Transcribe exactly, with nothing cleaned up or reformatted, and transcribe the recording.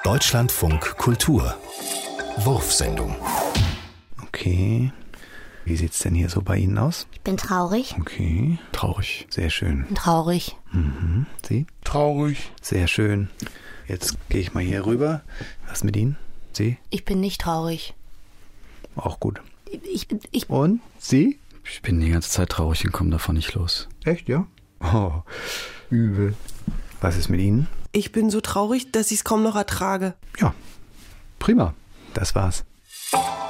Deutschlandfunk Kultur. Wurfsendung. Okay. Wie sieht's denn hier so bei Ihnen aus? Ich bin traurig. Okay. Traurig. Sehr schön. Bin traurig. Mhm. Sie? Traurig. Sehr schön. Jetzt gehe ich mal hier rüber. Was mit Ihnen? Sie? Ich bin nicht traurig. Auch gut. Ich, ich, Und? Sie? Ich bin die ganze Zeit traurig und komme davon nicht los. Echt, ja? Oh, übel. Was ist mit Ihnen? Ich bin so traurig, dass ich es kaum noch ertrage. Ja, prima. Das war's.